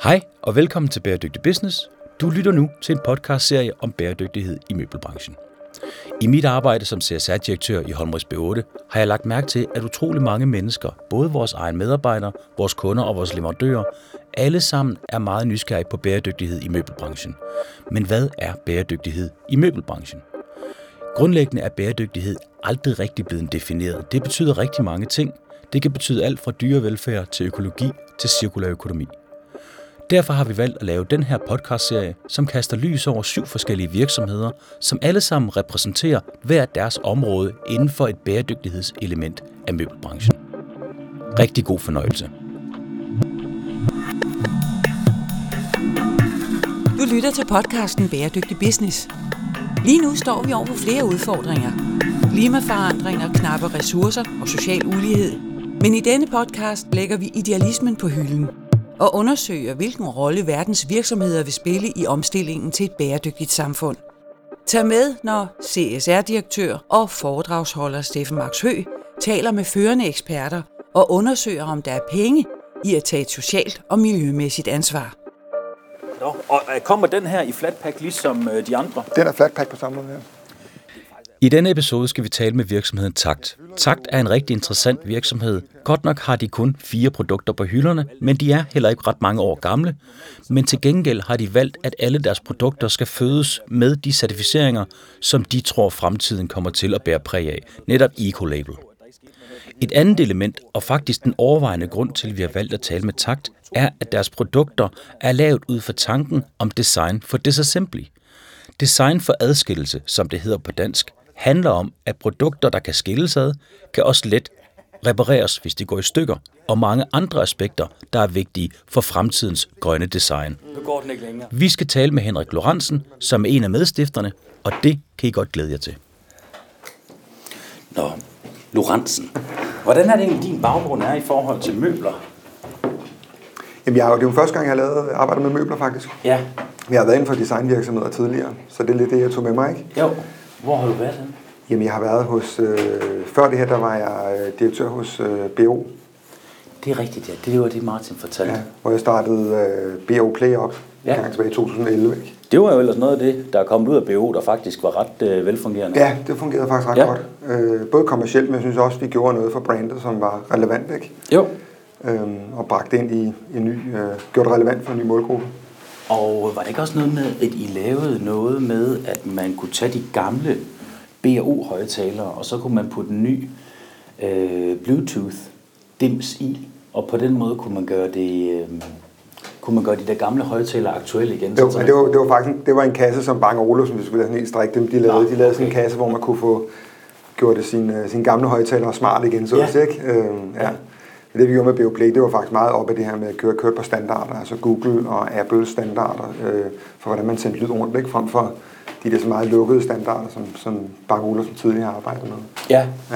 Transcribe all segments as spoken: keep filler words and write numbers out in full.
Hej og velkommen til Bæredygtig Business. Du lytter nu til en podcastserie om bæredygtighed i møbelbranchen. I mit arbejde som C S R-direktør i Holmris B otte har jeg lagt mærke til, at utrolig mange mennesker, både vores egne medarbejdere, vores kunder og vores leverandører, alle sammen er meget nysgerrige på bæredygtighed i møbelbranchen. Men hvad er bæredygtighed i møbelbranchen? Grundlæggende er bæredygtighed aldrig rigtig blevet defineret. Det betyder rigtig mange ting. Det kan betyde alt fra dyrevelfærd til økologi til cirkulær økonomi. Derfor har vi valgt at lave den her podcastserie, som kaster lys over syv forskellige virksomheder, som alle sammen repræsenterer hver deres område inden for et bæredygtighedselement af møbelbranchen. Rigtig god fornøjelse. Du lytter til podcasten Bæredygtig Business. Lige nu står vi over for flere udfordringer. Klimaforandringer, knappe ressourcer og social ulighed. Men i denne podcast lægger vi idealismen på hylden og undersøger, hvilken rolle verdens virksomheder vil spille i omstillingen til et bæredygtigt samfund. Tag med, når C S R-direktør og foredragsholder Steffen Max Høgh taler med førende eksperter og undersøger, om der er penge i at tage et socialt og miljømæssigt ansvar. Nå, og kommer den her i flatpack ligesom de andre? Den er flatpack på samme måde her. I denne episode skal vi tale med virksomheden Takt. Takt er en rigtig interessant virksomhed. Godt nok har de kun fire produkter på hylderne, men de er heller ikke ret mange år gamle. Men til gengæld har de valgt, at alle deres produkter skal fødes med de certificeringer, som de tror fremtiden kommer til at bære præg af. Netop Ecolabel. Et andet element, og faktisk den overvejende grund til, at vi har valgt at tale med Takt, er, at deres produkter er lavet ud fra tanken om design for disassembly. Design for adskillelse, som det hedder på dansk, handler om, at produkter, der kan skilles ad, kan også let repareres, hvis de går i stykker, og mange andre aspekter, der er vigtige for fremtidens grønne design. Vi skal tale med Henrik Lorentzen, som er en af medstifterne, og det kan I godt glæde jer til. Nå, Lorentzen, hvordan er det egentlig, din baggrund er i forhold til møbler? Jamen, jeg har, det er jo første gang, jeg har lavet arbejde med møbler, faktisk. Ja. Jeg har været inden for designvirksomheder tidligere, så det er lidt det, jeg tog med mig, ikke? Jo. Hvor har du været henne? Jamen, jeg har været hos... Øh, før det her, der var jeg direktør hos øh, B O. Det er rigtigt, ja. Det var det, Martin fortalte. Ja, hvor jeg startede øh, B O Play op ja. en gang tilbage i to tusind og elleve, ikke? Det var jo ellers noget af det, der er kommet ud af B O, der faktisk var ret øh, velfungerende. Ja, det fungerede faktisk ret ja. godt. Øh, både kommercielt, men jeg synes også, vi gjorde noget for brandet, som var relevant, ikke? Jo. Øhm, og bragte ind i en ny... Øh, gjort det relevant for en ny målgruppe. Og var det ikke også noget med, at I lavede noget med, at man kunne tage de gamle B O-højtalere, og så kunne man putte en ny øh, Bluetooth-dims i, og på den måde kunne man gøre det, øh, kunne man gøre de der gamle højtalere aktuelle igen? Jo, men det var, det var faktisk det var en kasse, som Bang og Olufsen, hvis vi skulle lade sådan helt strække dem, de lavede, Nå, de lavede sådan en kasse, hvor man kunne få gjort det sine, sine gamle højtalere smart igen, så ja. ikke? Øh, ja. Det vi gjorde med B O Play, det var faktisk meget op af det her med at køre, køre på standarder, altså Google og Apple standarder, øh, for hvordan man sendte lyd rundt, ikke? Frem for de der så meget lukkede standarder, som, som Bang Olufsen tidligere har arbejdet med. Ja. ja.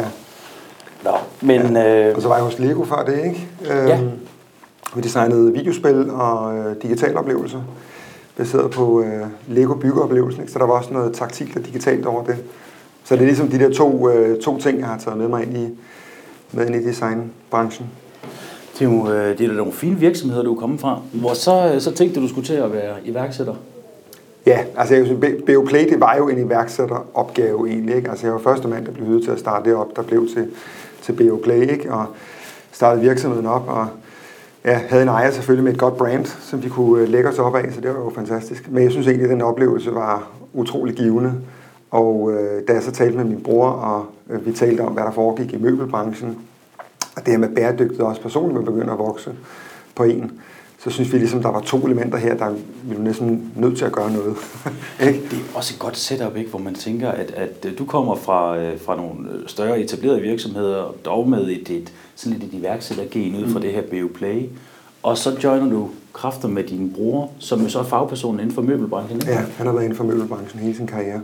Nå, men... Ja. Og så var jeg hos Lego før det, ikke? Øh, ja. Vi designede videospil og øh, digitale oplevelser, baseret på øh, Lego byggeoplevelsen, ikke? Så der var også noget taktilt og digitalt over det. Så det er ligesom de der to, øh, to ting, jeg har taget med mig ind i, med ind i designbranchen. Det er jo det er nogle fine virksomheder, du er kommet fra. Hvor så, så tænkte du, du skulle til at være iværksætter? Ja, altså jeg vil sige, B O Play, det var jo en iværksætteropgave egentlig, ikke? Altså jeg var første mand, der blev hyret til at starte det op, der blev til, til B O Play, ikke? Og startede virksomheden op, og ja, havde en ejer selvfølgelig med et godt brand, som de kunne lægge os op af, så det var jo fantastisk. Men jeg synes egentlig, at den oplevelse var utrolig givende. Og øh, da jeg så talte med min bror, og øh, vi talte om, hvad der foregik i møbelbranchen, og det her med bæredygtighed også personligt begynder at vokse på en, så synes vi ligesom, der var to elementer her, der vi var næsten nødt til at gøre noget. Ikke? Det er også et godt setup, ikke? Hvor man tænker, at, at du kommer fra, fra nogle større etablerede virksomheder, dog med et, et, sådan lidt et iværksættergen ud fra mm. det her B O Play, og så joiner du kræfter med din bror, som jo så er fagperson inden for møbelbranchen. Ikke? Ja, han har været inden for møbelbranchen hele sin karriere.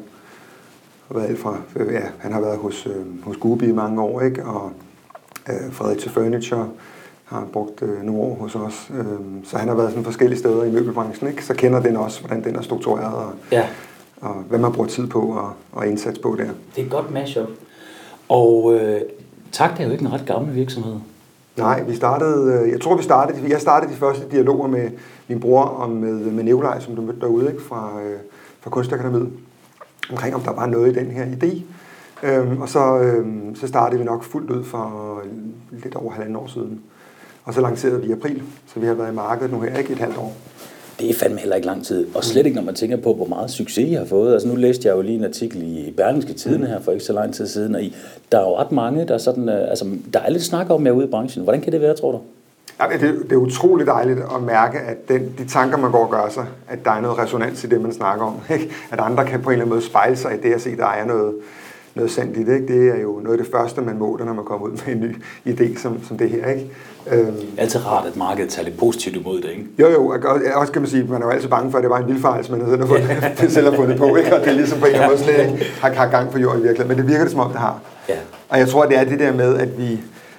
Været fra, ja, han har været hos, øh, hos Gubi i mange år, ikke? Og øh, Fredericia Furniture har han brugt øh, nogle år hos os. Øh, så han har været sådan forskellige steder i møbelbranchen, ikke? Så kender den også, hvordan den er struktureret, og, ja. og hvad man bruger tid på og, og indsats på der. Det er et godt mashup. Og øh, Takt er jo ikke en ret gammel virksomhed. Nej, vi startede, jeg tror vi startede, jeg startede de første dialoger med min bror og med, med Nikolaj, som du mødte derude, ikke, fra, fra Kunstakademiet, omkring om der var noget i den her idé. Øhm, og så, øhm, så startede vi nok fuldt ud for lidt over halvanden år siden. Og så lancerede vi i april, så vi har været i markedet nu her, ikke et halvt år. Det er fandme heller ikke lang tid. Og slet ikke, når man tænker på, hvor meget succes I har fået. Altså nu læste jeg jo lige en artikel i Berlingske Tidende her for ikke så lang tid siden, og I, der er jo ret mange, der sådan, altså der er lidt snak om jer ude i branchen. Hvordan kan det være, tror du? Ja, det, det er utroligt dejligt at mærke, at den, de tanker, man går og gør sig, at der er noget resonans i det, man snakker om. Ikke? At andre kan på en eller anden måde spejle sig i det at se, der er noget, noget sandt i det. Ikke? Det er jo noget af det første, man måler, når man kommer ud med en ny idé som, som det her. Ikke? Øhm. Det er altid rart, at markedet tager lidt positivt imod det, ikke? Jo, jo. Og også kan man sige, at man er jo altid bange for, at det var en vildfarelse, man selv har fundet, selv har fundet på. Ikke? Og det er ligesom på en eller anden måde slet ikke har, har gang på jorden i virkeligheden. Men det virker det, som om det har. Ja. Og jeg tror, det er det der med, at vi...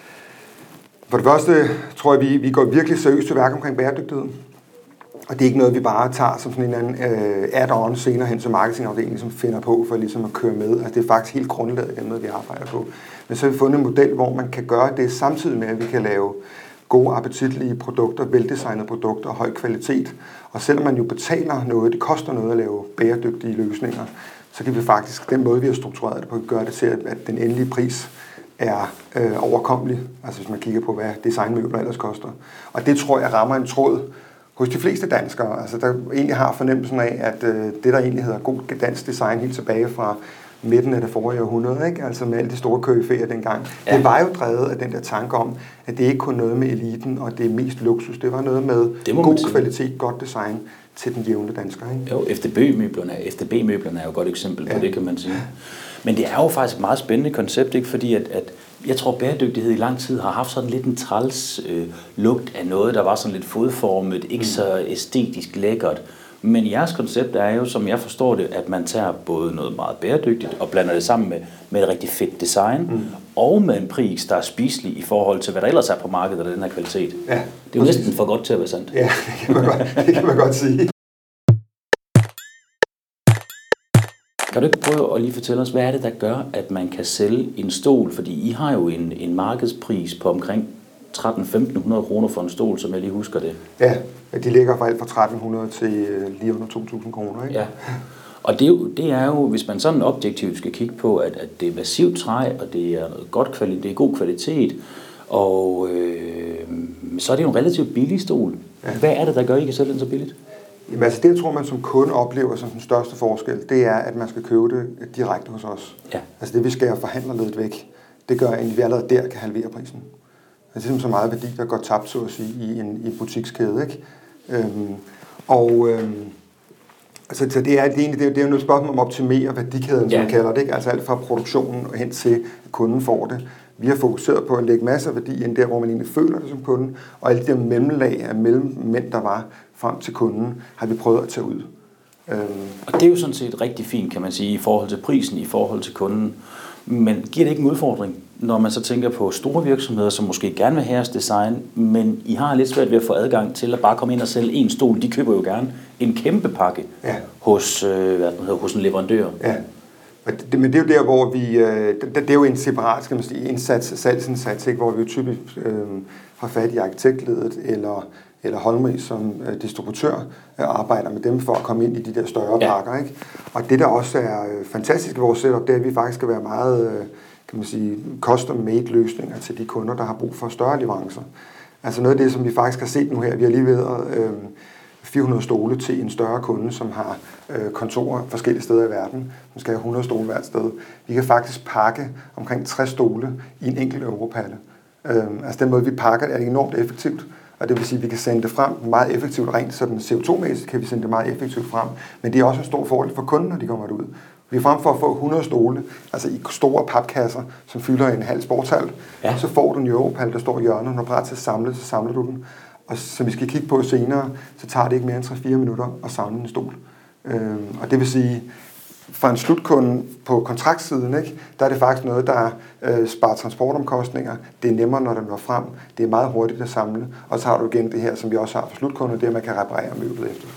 For det første tror jeg, vi, vi går virkelig seriøst til værk omkring bæredygtighed. Og det er ikke noget, vi bare tager som sådan en anden øh, add-on senere hen til marketingafdelingen, som finder på for ligesom at køre med. Altså det er faktisk helt grundlaget i den måde, vi arbejder på. Men så har vi fundet en model, hvor man kan gøre det samtidig med, at vi kan lave gode, appetitlige produkter, veldesignede produkter og høj kvalitet. Og selvom man jo betaler noget, det koster noget at lave bæredygtige løsninger, så kan vi faktisk, den måde, vi har struktureret det på, gøre det til, at den endelige pris er øh, overkommelig, altså hvis man kigger på, hvad designmøbler ellers koster. Og det tror jeg rammer en tråd hos de fleste danskere, altså der egentlig har fornemmelsen af, at øh, det der egentlig hedder god dansk design helt tilbage fra midten af det forrige århundrede, ikke? Altså med alle de store købeferier dengang. Ja. Det var jo drevet af den der tanke om, at det ikke kun noget med eliten, og det er mest luksus, det var noget med god kvalitet, godt design til den jævne dansker. Ikke? Jo, F D B-møblerne, F D B-møblerne er jo et godt eksempel på ja. Det, kan man sige. Men det er jo faktisk et meget spændende koncept, ikke? Fordi at, at jeg tror, bæredygtighed i lang tid har haft sådan lidt en træls øh, lugt af noget, der var sådan lidt fodformet, ikke så æstetisk lækkert. Men jeres koncept er jo, som jeg forstår det, at man tager både noget meget bæredygtigt og blander det sammen med, med et rigtig fedt design, mm. og med en pris, der er spiselig i forhold til, hvad der ellers er på markedet, og den her kvalitet. Ja, det er jo næsten for godt til at være sandt. Ja, det kan man godt, det kan man godt sige. Kan du ikke prøve at lige fortælle os, hvad er det, der gør, at man kan sælge en stol? Fordi I har jo en, en markedspris på omkring tretten til femten hundrede kroner for en stol, som jeg lige husker det. Ja, de ligger fra alt fra tretten hundrede til lige under to tusind kroner, ikke? Ja. Og det er, jo, det er jo, hvis man sådan objektivt skal kigge på, at, at det er massivt træ, og det er, noget godt kvalitet, det er god kvalitet, og øh, så er det jo en relativt billig stol. Ja. Hvad er det, der gør, at I kan sælge den så billigt? Jamen altså det, jeg tror, man som kunde oplever som den største forskel, det er, at man skal købe det direkte hos os. Ja. Altså det, vi skal forhandle lidt væk, det gør, at vi allerede der kan halvere prisen. Det er simpelthen så meget værdi, der går tabt, så at sige, i en, i en butikskæde, ikke? Øhm, og øhm, altså, så det er, det, egentlig, det, er, det er jo noget spørgsmål om at optimere værdikæden, som ja. man kalder det, ikke? Altså alt fra produktionen hen til, at kunden får det. Vi har fokuseret på at lægge masser af værdi ind der, hvor man egentlig føler det som kunden, og alle de der mellemlag af mellemmænd, der var frem til kunden, har vi prøvet at tage ud. Øhm. Og det er jo sådan set rigtig fint, kan man sige, i forhold til prisen, i forhold til kunden. Men giver det ikke en udfordring, når man så tænker på store virksomheder, som måske gerne vil have jeres design, men I har lidt svært ved at få adgang til at bare komme ind og sælge en stol. De køber jo gerne en kæmpe pakke ja. hos, øh, hvad hedder, hos en leverandør. Ja. Det, men det er jo der, hvor vi, øh, det, det er jo en separat, skal man sige, indsats, salgsindsats, ikke? Hvor vi jo typisk øh, har fat i arkitektledet eller, eller Holmris som øh, distributør øh, arbejder med dem for at komme ind i de der større ja. pakker, ikke? Og det, der også er øh, fantastisk i vores setup, det er, at vi faktisk skal være meget, øh, kan man sige, custom-made løsninger til de kunder, der har brug for større leverancer. Altså noget af det, som vi faktisk har set nu her, vi har lige været øh, fire hundrede stole til en større kunde, som har øh, kontorer forskellige steder i verden, som skal have hundrede stole hvert sted. Vi kan faktisk pakke omkring tres stole i en enkelt europalle. Øh, altså den måde, vi pakker, er enormt effektivt, og det vil sige, at vi kan sende det frem meget effektivt, rent sådan C O to-mæssigt kan vi sende det meget effektivt frem, men det er også en stor fordel for kunden, når de kommer derud. Vi er frem for at få hundrede stole, altså i store papkasser, som fylder en halv sportshal, ja. så får du en europal, der står i hjørnet, når du er parat til at samle, så samler du den. Og som vi skal kigge på senere, så tager det ikke mere end tre til fire minutter at samle en stol. Øhm, og det vil sige, fra en slutkunde på kontraktsiden, ikke, der er det faktisk noget, der øh, sparer transportomkostninger. Det er nemmere, når den når frem. Det er meget hurtigt at samle. Og så har du igen det her, som vi også har for slutkunder, det er, at man kan reparere møblet efterfølgende.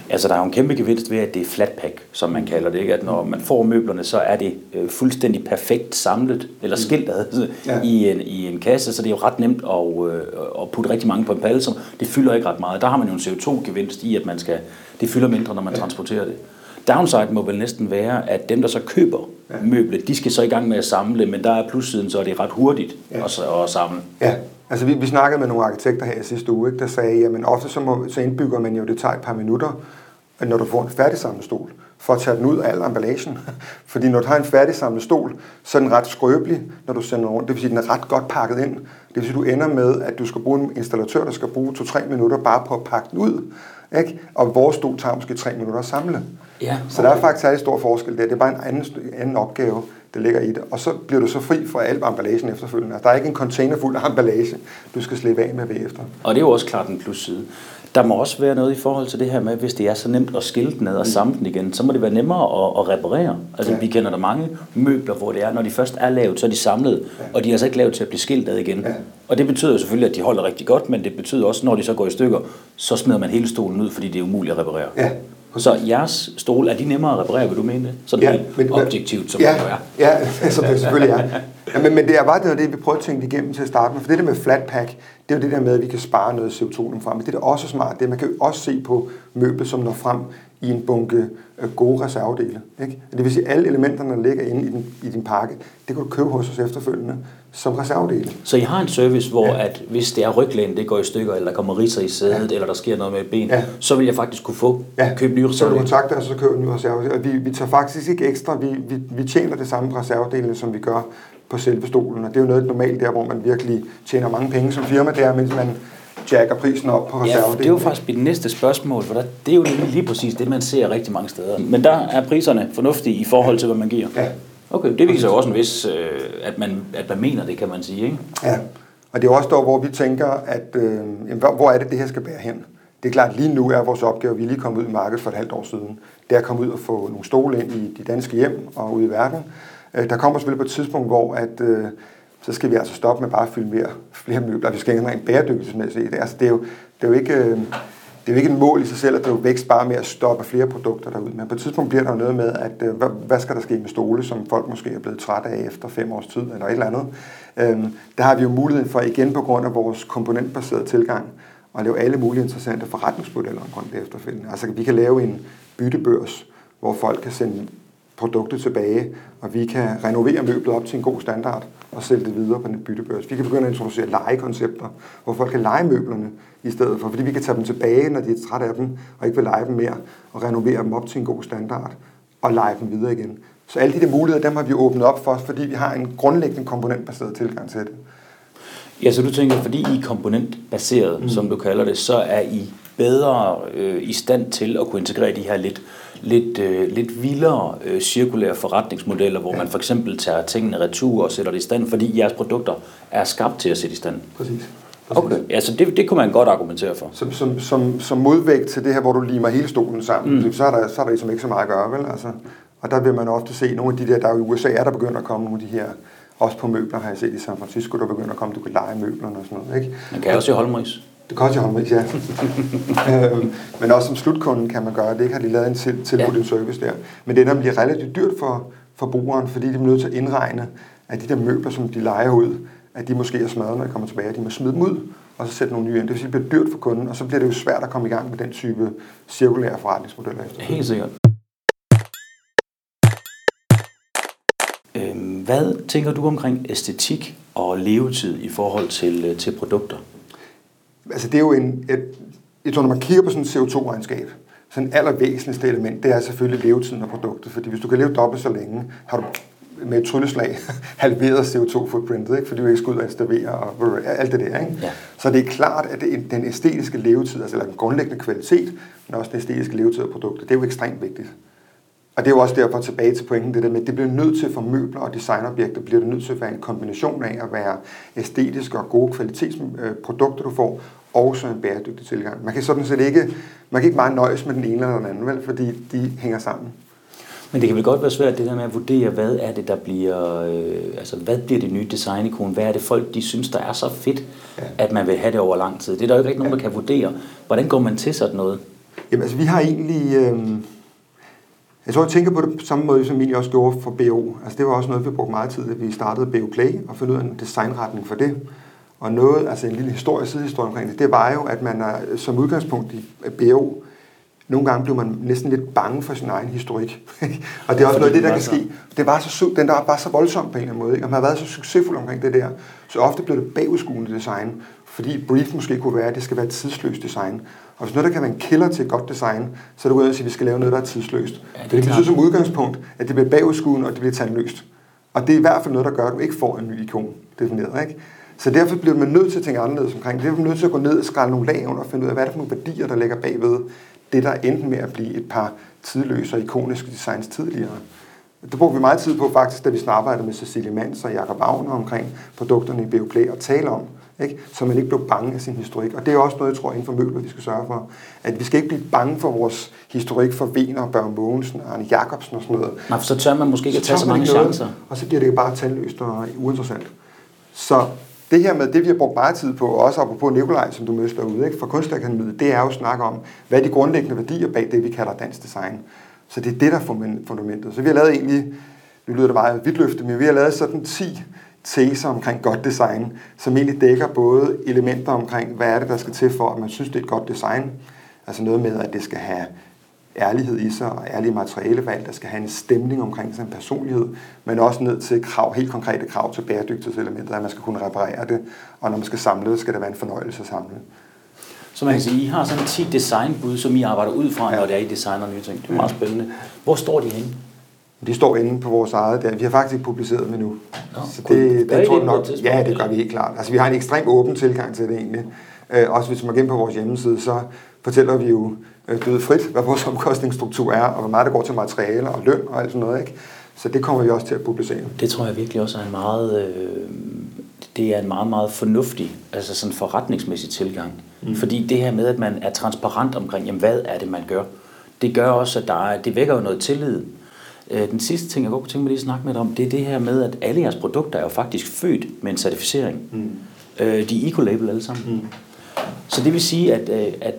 Altså, der er jo en kæmpe gevinst ved, at det er flat pack, som man kalder det, ikke? At når man får møblerne, så er det øh, fuldstændig perfekt samlet, eller skiltet ja. i, en, i en kasse, så det er jo ret nemt at, øh, at putte rigtig mange på en palle, så det fylder ikke ret meget. Der har man jo en C O to gevinst i, at man skal, det fylder mindre, når man ja. transporterer det. Downside må vel næsten være, at dem, der så køber ja. møblet, de skal så i gang med at samle, men der er plussiden, så er det ret hurtigt ja. at, at samle. Ja. Altså vi, vi snakkede med nogle arkitekter her i sidste uge, ikke, der sagde, jamen ofte så, må, så indbygger man jo, det tager et par minutter, når du får en færdigsamlet stol, for at tage den ud af al emballagen. Fordi når du har en færdigsamlet stol, så er den ret skrøbelig, når du sender den rundt. Det vil sige, at den er ret godt pakket ind. Det vil sige, at du ender med, at du skal bruge en installatør, der skal bruge to-tre minutter bare på at pakke den ud. Ikke? Og vores stol tager måske tre minutter at samle. Ja, okay. Så der er faktisk særlig stor forskel der. Det er bare en anden, anden opgave, der ligger i det. Og så bliver du så fri for al emballagen efterfølgende. Altså, der er ikke en container fuld af emballage, du skal slippe af med bagefter. Og det er jo også klart en plusside. Der må også være noget i forhold til det her med, hvis det er så nemt at skille den ned og samle den igen, så må det være nemmere at, at reparere. Altså, ja. vi kender der mange møbler, hvor det er, når de først er lavet, så er de samlet, ja. og de er altså ikke lavet til at blive skilt ad igen. Ja. Og det betyder jo selvfølgelig, at de holder rigtig godt, men det betyder også, når de så går i stykker, så smider man hele stolen ud, fordi det er umuligt at reparere. Ja. Så jeres stol, er de nemmere at reparere, vil du mene det? Sådan ja, helt men, objektivt, som ja, det jo er. Ja, som det selvfølgelig er. Ja, men, men det er bare det, det, vi prøver at tænke igennem til at starte med. For det der med flat pack, det er jo det der med, at vi kan spare noget C O to frem. Men det er også smart. Det, man kan jo også se på møbler, som når frem i en bunke gode reservedele. Ikke? Det vil sige, at alle elementerne, der ligger inde i, den, i din pakke, det kan du købe hos os efterfølgende som reservedele. Så I har en service, hvor ja. at hvis det er ryglæn, det går i stykker, eller der kommer ridser i sædet, ja. eller der sker noget med et ben, ja. så vil jeg faktisk kunne få ja. købe nye reservedele. Så du kontakter os, så køber du nye reservedele. Og vi, vi tager faktisk ikke ekstra. Vi, vi, vi tjener det samme reservedele, som vi gør på selve stolen. Og det er jo noget normalt der, hvor man virkelig tjener mange penge som firma der, mens man jacker prisen op på reservedelen. Ja, det er jo faktisk mit næste spørgsmål, for der, det er jo lige præcis det, man ser rigtig mange steder. Men der er priserne fornuftige i forhold til, hvad man giver. Ja. Okay, det viser jo også en vis, øh, at, man, at man mener det, kan man sige, ikke? Ja, og det er også der, hvor vi tænker, at øh, jamen, hvor, hvor er det, det her skal bære hen? Det er klart, lige nu er vores opgave, vi er lige kommet ud i markedet for et halvt år siden, det er at komme ud og få nogle stole ind i de danske hjem og ud i verden. Øh, der kommer selvfølgelig på et tidspunkt, hvor at, øh, så skal vi altså stoppe med bare at fylde mere, flere møbler. Vi skal ikke have en bæredygtighedsmæssigt. Altså, det er jo, det er jo ikke... Øh, Det er jo ikke et mål i sig selv, at det er vækst bare med at stoppe flere produkter derude. Men på et tidspunkt bliver der jo noget med, at hvad, hvad skal der ske med stole, som folk måske er blevet trætte af efter fem års tid, eller et eller andet. Øhm, der har vi jo muligheden for, igen på grund af vores komponentbaserede tilgang, at lave alle mulige interessante forretningsmodeller omkring det efterfølgende. Altså vi kan lave en byttebørs, hvor folk kan sende produktet tilbage, og vi kan renovere møblet op til en god standard og sælge det videre på den byttebørs. Vi kan begynde at introducere lejekoncepter, hvor folk kan leje møblerne i stedet for, fordi vi kan tage dem tilbage, når de er trætte af dem, og ikke vil leje dem mere, og renovere dem op til en god standard, og leje dem videre igen. Så alle de der muligheder, dem har vi åbnet op for os, fordi vi har en grundlæggende komponentbaseret tilgang til det. Ja, så du tænker, fordi I er komponentbaseret, mm. som du kalder det, så er I bedre øh, i stand til at kunne integrere de her lidt, lidt, øh, lidt vildere øh, cirkulære forretningsmodeller, hvor ja. man for eksempel tager tingene retur og sætter det i stand, fordi jeres produkter er skabt til at sætte i stand. Præcis. Okay, altså det, det kunne man godt argumentere for. Som, som, som, som modvægt til det her, hvor du limer hele stolen sammen, mm. så er der, så er der ligesom ikke så meget at gøre, vel? Altså, og der vil man ofte se nogle af de der, der i U S A er der begyndt at komme nogle af de her, også på møbler har jeg set i San Francisco, der begynder at komme, du kan leje møblerne og sådan noget, ikke? Man kan også i Holmris. Det kan også i Holmris, ja. øhm, men også som slutkunden kan man gøre det, ikke? Har de lavet en til, tilbudt ja. en service der. Men det er der bliver relativt dyrt for forbrugeren, fordi de er nødt til at indregne, at de der møbler, som de lejer ud, at de måske er smadret, når de kommer tilbage, at de må smide dem ud, og så sætte nogle nye ind. Det vil sige, det bliver dyrt for kunden, og så bliver det jo svært at komme i gang med den type cirkulære forretningsmodeller efter. Helt sikkert. Øhm, hvad tænker du omkring æstetik og levetid i forhold til, til produkter? Altså det er jo en, et, jeg tror, når man kigger på sådan et C O to regnskab, så en allervæsentligste element, det er selvfølgelig levetiden af produktet, fordi hvis du kan leve dobbelt så længe, har du med et trylleslag halveret C O to footprintet, ikke? Fordi du ikke skal ud og installere og alt det der. Ikke? Ja. Så det er klart, at det, den æstetiske levetid, altså den grundlæggende kvalitet, men også den æstetiske levetid af produktet, det er jo ekstremt vigtigt. Og det er jo også derfor tilbage til pointen, det der med, at det bliver nødt til for møbler og designobjekter, bliver det nødt til at være en kombination af at være æstetiske og gode kvalitetsprodukter, du får, og så en bæredygtig tilgang. Man kan sådan set ikke, man kan ikke meget nøjes med den ene eller den anden, vel, fordi de hænger sammen. Men det kan vel godt være svært, det der med at vurdere, hvad er det, der bliver, øh, altså hvad bliver det nye designikon? Hvad er det folk, de synes, der er så fedt, ja. at man vil have det over lang tid? Det er der jo ikke rigtig nogen, der kan vurdere. Hvordan går man til sådan noget? Jamen altså, vi har egentlig... Øh, jeg tror, jeg tænker på det på samme måde, som vi også gjorde for B O. Altså, det var også noget, vi brugte meget tid, at vi startede B O Play og fandt ud af en designretning for det. Og noget, altså en lille historie, sidehistorie omkring det, det var jo, at man er, som udgangspunkt i B O, nogle gange blev man næsten lidt bange for sin egen historik. Og det er også noget af det, der kan ske. Det var så, den der var bare så voldsom på en eller anden måde, ikke? Og man har været så succesfuld omkring det der. Så ofte blev det bagudskuende design, fordi brief måske kunne være, at det skal være et tidsløst design. Og hvis noget, der kan være en killer til et godt design, så er det ud af at sige, at vi skal lave noget, der er tidsløst. Ja, det, det betyder som udgangspunkt, at det bliver bagudskuende, og det bliver tandløst. Og det er i hvert fald noget, der gør, at du ikke får en ny ikon defineret, ikke? Så derfor bliver man nødt til at tænke anderledes omkring det. Derfor bliver man nødt til at gå ned og skrælle nogle lag under og finde ud af, hvad er det for nogle værdier, der ligger bagved det, der endte med at blive et par tidløse og ikoniske designs tidligere. Det brugte vi meget tid på faktisk, da vi snakkede med Cecilie Mans og Jakob Wagner omkring produkterne i B O Play og tale om, ikke? Så man ikke blev bange af sin historik. Og det er også noget, jeg tror, inden for møbler, vi skal sørge for. At vi skal ikke blive bange for vores historik for Wiener, Børge Mogensen, Arne Jacobsen og sådan noget. Nej, for så tør man måske ikke at tage så, så mange chancer. Og så bliver det bare tandløst og uinteressant. Så det her med det, vi har brugt meget tid på, også apropos Nikolaj, som du mødte derude, ikke, fra Kunstakademiet, det er jo at snakke om, hvad er de grundlæggende værdier bag det, vi kalder dansk design. Så det er det, der er fundamentet. Så vi har lavet egentlig, nu lyder det meget vidtløfte, men vi har lavet sådan ti teser omkring godt design, som egentlig dækker både elementer omkring, hvad er det, der skal til for, at man synes, det er et godt design. Altså noget med, at det skal have ærlighed i sig og ærlige materialevalg, der skal have en stemning omkring sin personlighed, men også ned til krav, helt konkrete krav til bæredygtighedselementer, at man skal kunne reparere det, og når man skal samle det, skal det være en fornøjelse at samle. Så man kan sige, I har sådan ti designbud, som I arbejder ud fra, ja. Når det er, I designer nye ting. Det er meget spændende. Hvor står de henne? De står inde på vores eget der. Vi har faktisk ikke publiceret dem endnu. Nå, så det, det tror jeg nok. Ja, det gør vi helt klart. Altså, vi har en ekstremt åben tilgang til det egentlig. Øh, også hvis man går ind på vores hjemmeside, så fortæller vi jo øh, døde frit, hvad vores omkostningsstruktur er, og hvor meget det går til materialer og løn og alt sådan noget, ikke? Så det kommer vi også til at publicere. Det tror jeg virkelig også er en meget, øh, det er en meget, meget fornuftig, altså sådan forretningsmæssig tilgang. Mm. Fordi det her med, at man er transparent omkring, jamen hvad er det, man gør, det gør også, at der er, det vækker jo noget tillid. Den sidste ting, jeg godt kunne tænke mig lige at snakke med dig om, det er det her med, at alle jeres produkter er jo faktisk født med en certificering. Mm. De er ecolabel alle sammen. Mm. Så det vil sige, at, at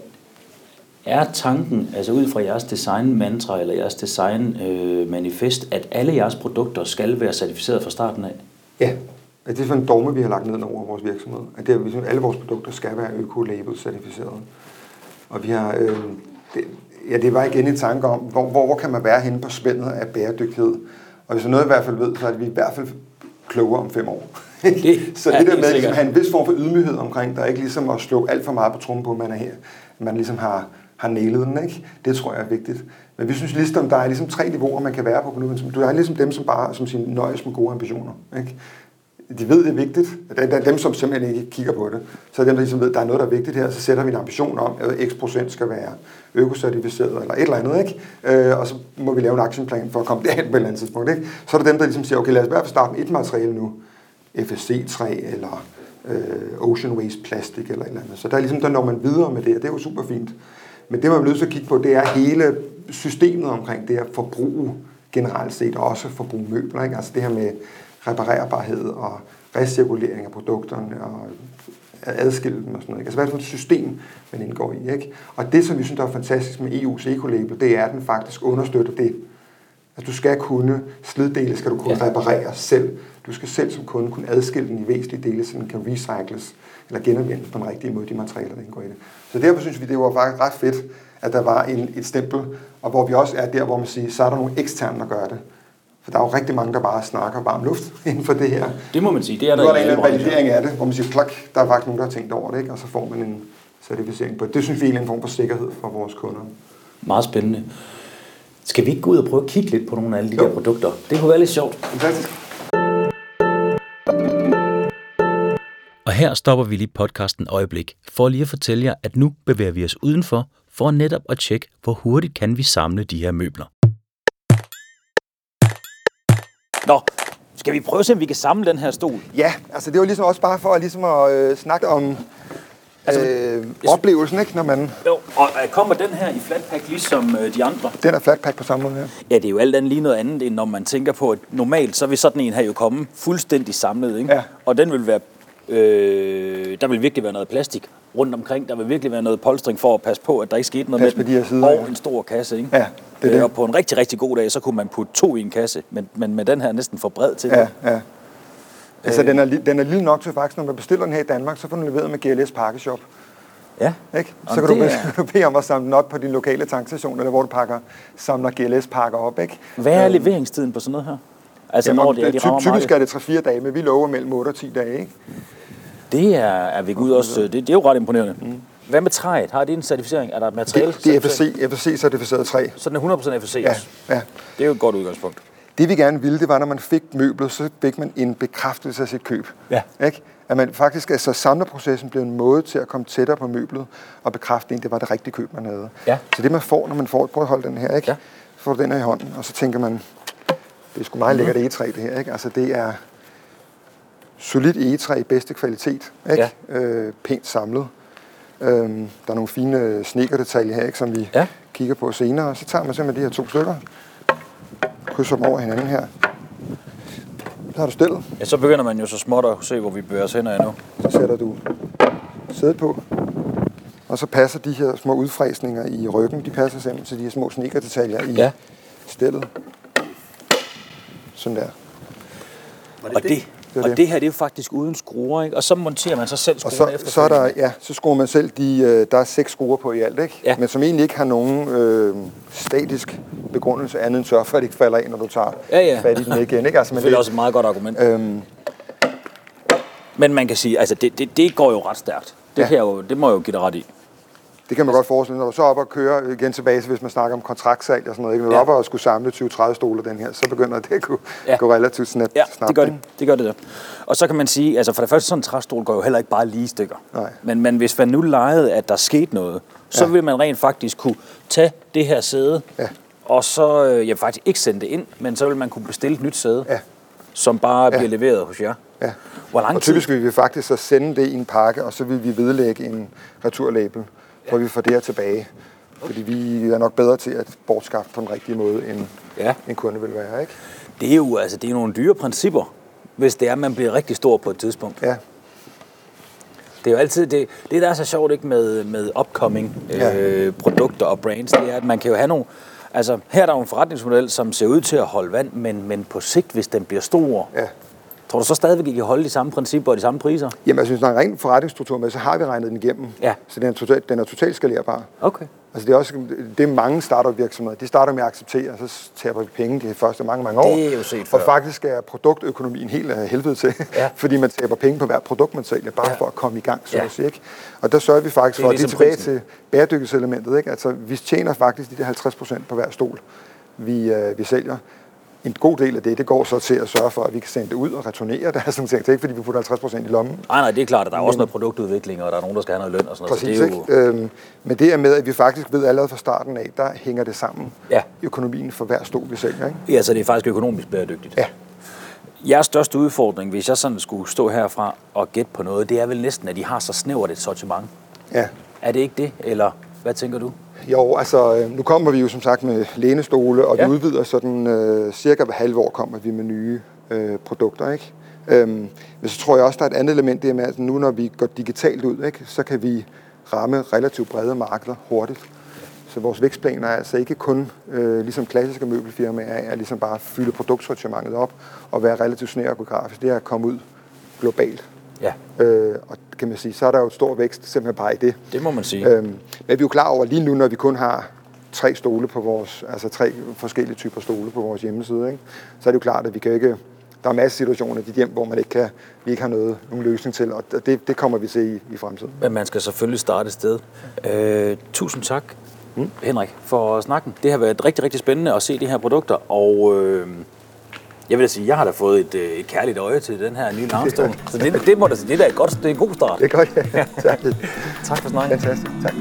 er tanken, altså ud fra jeres design-mantra eller jeres design-manifest, at alle jeres produkter skal være certificeret fra starten af? Ja, det er sådan en dogme, vi har lagt ned over vores virksomhed. At det er, at alle vores produkter skal være ecolabel-certificeret. Og vi har... Øh, det, Ja, det var igen en tanke om, hvor, hvor, hvor kan man være henne på spændet af bæredygtighed. Og hvis noget i hvert fald ved, så er vi i hvert fald klogere om fem år. Det, så det der med at have en vis form for ydmyghed omkring, der er ikke ligesom at slå alt for meget på trummen på, at man er her. Man ligesom har, har nailet den, ikke? Det tror jeg er vigtigt. Men vi synes ligesom, der er ligesom tre niveauer, man kan være på. Du er ligesom dem, som bare som sin nøjes med gode ambitioner, ikke? De ved, det er vigtigt. Det er dem, som simpelthen ikke kigger på det. Så er dem, der ligesom ved, at der er noget, der er vigtigt her, så sætter vi en ambition om, at x procent skal være økocertificeret eller et eller andet, ikke? Øh, og så må vi lave en actionplan for at komme derhen på et eller andet tidspunkt, ikke? Så er der dem, der ligesom siger, okay, lad os i hvert fald starte med et materiale nu. F S C-træ eller øh, ocean waste plastik eller et eller andet. Så der er ligesom, der når man videre med det, og det er jo super fint. Men det, man er nødt til at kigge på, det er hele systemet omkring det her forbrug generelt set, og også forbrug møbler, ikke? Altså det her med reparerbarhed og recirkulering af produkterne og adskille dem og sådan noget. Altså hvad er det for et system, man indgår i, ikke? Og det, som vi synes, der er fantastisk med E U's ecolabel, det er, at den faktisk understøtter det. Altså du skal kunne, sliddele skal du kunne ja. reparere selv. Du skal selv som kunde kunne adskille den i væsentlige dele, så den kan recycles eller genanvendes på den rigtige måde, de materialer, der indgår i det. Så derfor synes vi, det var faktisk ret fedt, at der var en, et stempel, og hvor vi også er der, hvor man siger, så er der nogle eksterne, der gør det. For der er jo rigtig mange, der bare snakker varm luft inden for det her. Det må man sige. Det er der, nu er der en eller anden validering af det, hvor man siger, klok, der er faktisk nogen, der har tænkt over det, ikke? Og så får man en certificering på det. Det synes vi er en form for sikkerhed for vores kunder. Meget spændende. Skal vi ikke gå ud og prøve at kigge lidt på nogle af alle de jo. der produkter? Det kunne være lidt sjovt. Fantastisk. Og her stopper vi lige podcasten et øjeblik, for lige at fortælle jer, at nu bevæger vi os udenfor, for netop at tjekke, hvor hurtigt kan vi samle de her møbler. Nå, skal vi prøve at se, om vi kan samle den her stol? Ja, altså det var ligesom også bare for at, ligesom at øh, snakke om altså, øh, oplevelsen, ikke, når man... Jo, og kommer den her i flatpack ligesom øh, de andre? Den er flatpack på samme måde her. Ja, det er jo alt andet lige noget andet, end når man tænker på, at normalt så vil sådan en her jo komme fuldstændig samlet, ikke? Ja. Og den vil være, øh, der vil virkelig være noget plastik rundt omkring. Der vil virkelig være noget polstring for at passe på, at der ikke skete noget Pas med med de her sider, og ja. en stor kasse. Ikke? Ja, det er det. Og på en rigtig, rigtig god dag, så kunne man putte to i en kasse, men, men med den her næsten for bred til. Ja, ja. Altså, øh, den, er, den er lille nok til faktisk, når man bestiller den her i Danmark, så får den leveret med G L S Pakkeshop. Ja. Ikke? Så kan du, er... du bede om at samle den op på din lokale tankstation, eller hvor du pakker, samler G L S-pakker op. Ikke? Hvad er leveringstiden på sådan noget her? Altså, Jamen, når det er, de rammer typisk markedet. Er det tre fire dage, men vi lover mellem otte og ti dage. Ikke? Det er, er vi ud også, det, det er jo ret imponerende. Mm. Hvad med træet? Har det en certificering? Er der et materiale? Det, det er F S C, F S C-certificeret træ. Så den er hundrede procent F S C ja, også? Ja. Det er jo et godt udgangspunkt. Det vi gerne ville, det var, når man fik møblet, så fik man en bekræftelse af sit køb. Ja. Ikke? At man faktisk, altså samlerprocessen blev en måde til at komme tættere på møblet og bekræfte, at det var det rigtige køb, man havde. Ja. Så det man får, når man får, prøv at holde den her, ikke? Ja. Så får du den her i hånden, og så tænker man, det er sgu meget lækkert egetræ det her, ikke? Altså det er solidt egetræ i bedste kvalitet, ikke? Ja. Øh, pænt samlet. Øhm, der er nogle fine snekkerdetaljer her, ikke, som vi ja. kigger på senere, og så tager man simpelthen de her to stykker, krydser dem over hinanden her. Så har du stillet. Ja, så begynder man jo så småt at se, hvor vi bevæger os hen ad nu. Så sætter du sædet på, og så passer de her små udfræsninger i ryggen, de passer simpelthen til de her små snekkerdetaljer i ja. stillet. Sådan der. Og det, det, det, og det her, det er jo faktisk uden skruer, ikke? Og så monterer man så selv skruerne efter. Så er der, ja, så skruer man selv de, der er seks skruer på i alt, ikke? Ja. Men som egentlig ikke har nogen øh, statisk begrundelse andet end sørge for, at det ikke falder ind, når du tager ja, ja. fat i den igen, ikke? Altså, men det er også et meget godt argument. Øhm, men man kan sige, altså det, det, det går jo ret stærkt. Det, ja. her jo, det må jeg jo give dig ret i. Det kan man godt forestille. Når du så op og kører igen tilbage, hvis man snakker om kontraktsalg og sådan noget, ikke? Når du ja. op og skulle samle tyve tredive stole den her, så begynder det at kunne ja. gå relativt snabbt. Ja, det gør det. Det gør det der. Og så kan man sige, altså for det første, sådan en træstol går jo heller ikke bare lige i stykker. Nej. Men, men hvis man nu legede, at der skete noget, så ja. vil man rent faktisk kunne tage det her sæde, ja. og så, ja, faktisk ikke sende det ind, men så vil man kunne bestille et nyt sæde, ja. som bare ja. bliver leveret hos jer. Ja. Hvor lang og typisk vil vi faktisk så sende det i en pakke, og så vil vi vedlægge en returlabel, hvor vi får det her tilbage. Fordi vi er nok bedre til at bortskaffe på den rigtige måde, end ja. en kunde vil være, ikke? Det er jo altså, det er nogle dyre principper, hvis det er, at man bliver rigtig stor på et tidspunkt. Ja. Det er jo altid, det, det der er så sjovt, ikke, med, med upcoming ja. øh, produkter og brands, det er, at man kan jo have nogle, altså her er der jo en forretningsmodel, som ser ud til at holde vand, men, men på sigt, hvis den bliver stor, ja. tror du så stadigvæk, I kan holde de samme principper og de samme priser? Jamen, jeg synes, når der er en ren forretningsstruktur med, så har vi regnet den igennem. Ja. Så den er, totalt, den er totalt skalerbar. Okay. Altså, det er også det er mange startup-virksomheder. De starter med at acceptere, og så taber vi penge de første mange, mange år. Det er jo set før. Og faktisk er produktøkonomien helt af helvede til, ja. fordi man taber penge på hvert produkt, man sælger, bare ja. for at komme i gang, så ja. at sige, ikke? Og der sørger vi faktisk det for, at det er tilbage prisen. til bæredygtighedselementet, ikke? Altså, vi tjener faktisk de der halvtreds procent på hver stol, vi, øh, vi sælger. En god del af det, det går så til at sørge for, at vi kan sende det ud og returnere det. Altså, det er ikke, fordi vi putter halvtreds procent i lommen. Nej, nej, det er klart, at der er men, også noget produktudvikling, og der er nogen, der skal have noget løn og sådan noget. Præcis, så det er jo... øhm, men det er med, at vi faktisk ved allerede fra starten af, der hænger det sammen. Ja. Økonomien for hver stol, vi sælger, ikke? Ja, så det er faktisk økonomisk bæredygtigt. Ja. Jeres største udfordring, hvis jeg sådan skulle stå herfra og gætte på noget, det er vel næsten, at de har så snævert et sortiment. Ja. Er det ikke det, eller hvad tænker du? Jo, altså nu kommer vi jo som sagt med lænestole, og ja. vi udvider sådan øh, cirka hver halve år kommer vi med nye øh, produkter, ikke? Øhm, men så tror jeg også, der er et andet element, det er med, at nu når vi går digitalt ud, ikke, så kan vi ramme relativt brede markeder hurtigt. Så vores vækstplaner er altså ikke kun, øh, ligesom klassiske møbelfirmaer, er ligesom bare at fylde produktsortimentet op og være relativt snæver geografisk. Det er at komme ud globalt. Ja. Øh, og kan man sige, så er der jo et stor vækst simpelthen bare i det. Det må man sige. Øhm, men vi er jo klar over lige nu, når vi kun har tre stole på vores, altså tre forskellige typer stole på vores hjemmeside, ikke? Så er det jo klart, at vi kan ikke, der er masser af situationer i dit hjem, hvor man ikke kan, vi ikke har noget, nogen løsning til, og det, det kommer vi til i, i fremtiden. Men man skal selvfølgelig starte et sted. Øh, tusind tak, mm. Henrik, for snakken. Det har været rigtig, rigtig spændende at se de her produkter, og øh, jeg vil da sige, jeg har da fået et, et kærligt øje til den her nye loungestol. Så det, det må da sige, det er da et godt, det er en god start. Det er godt, ja. Tak. Tak for snakken. Fantastisk. Tak.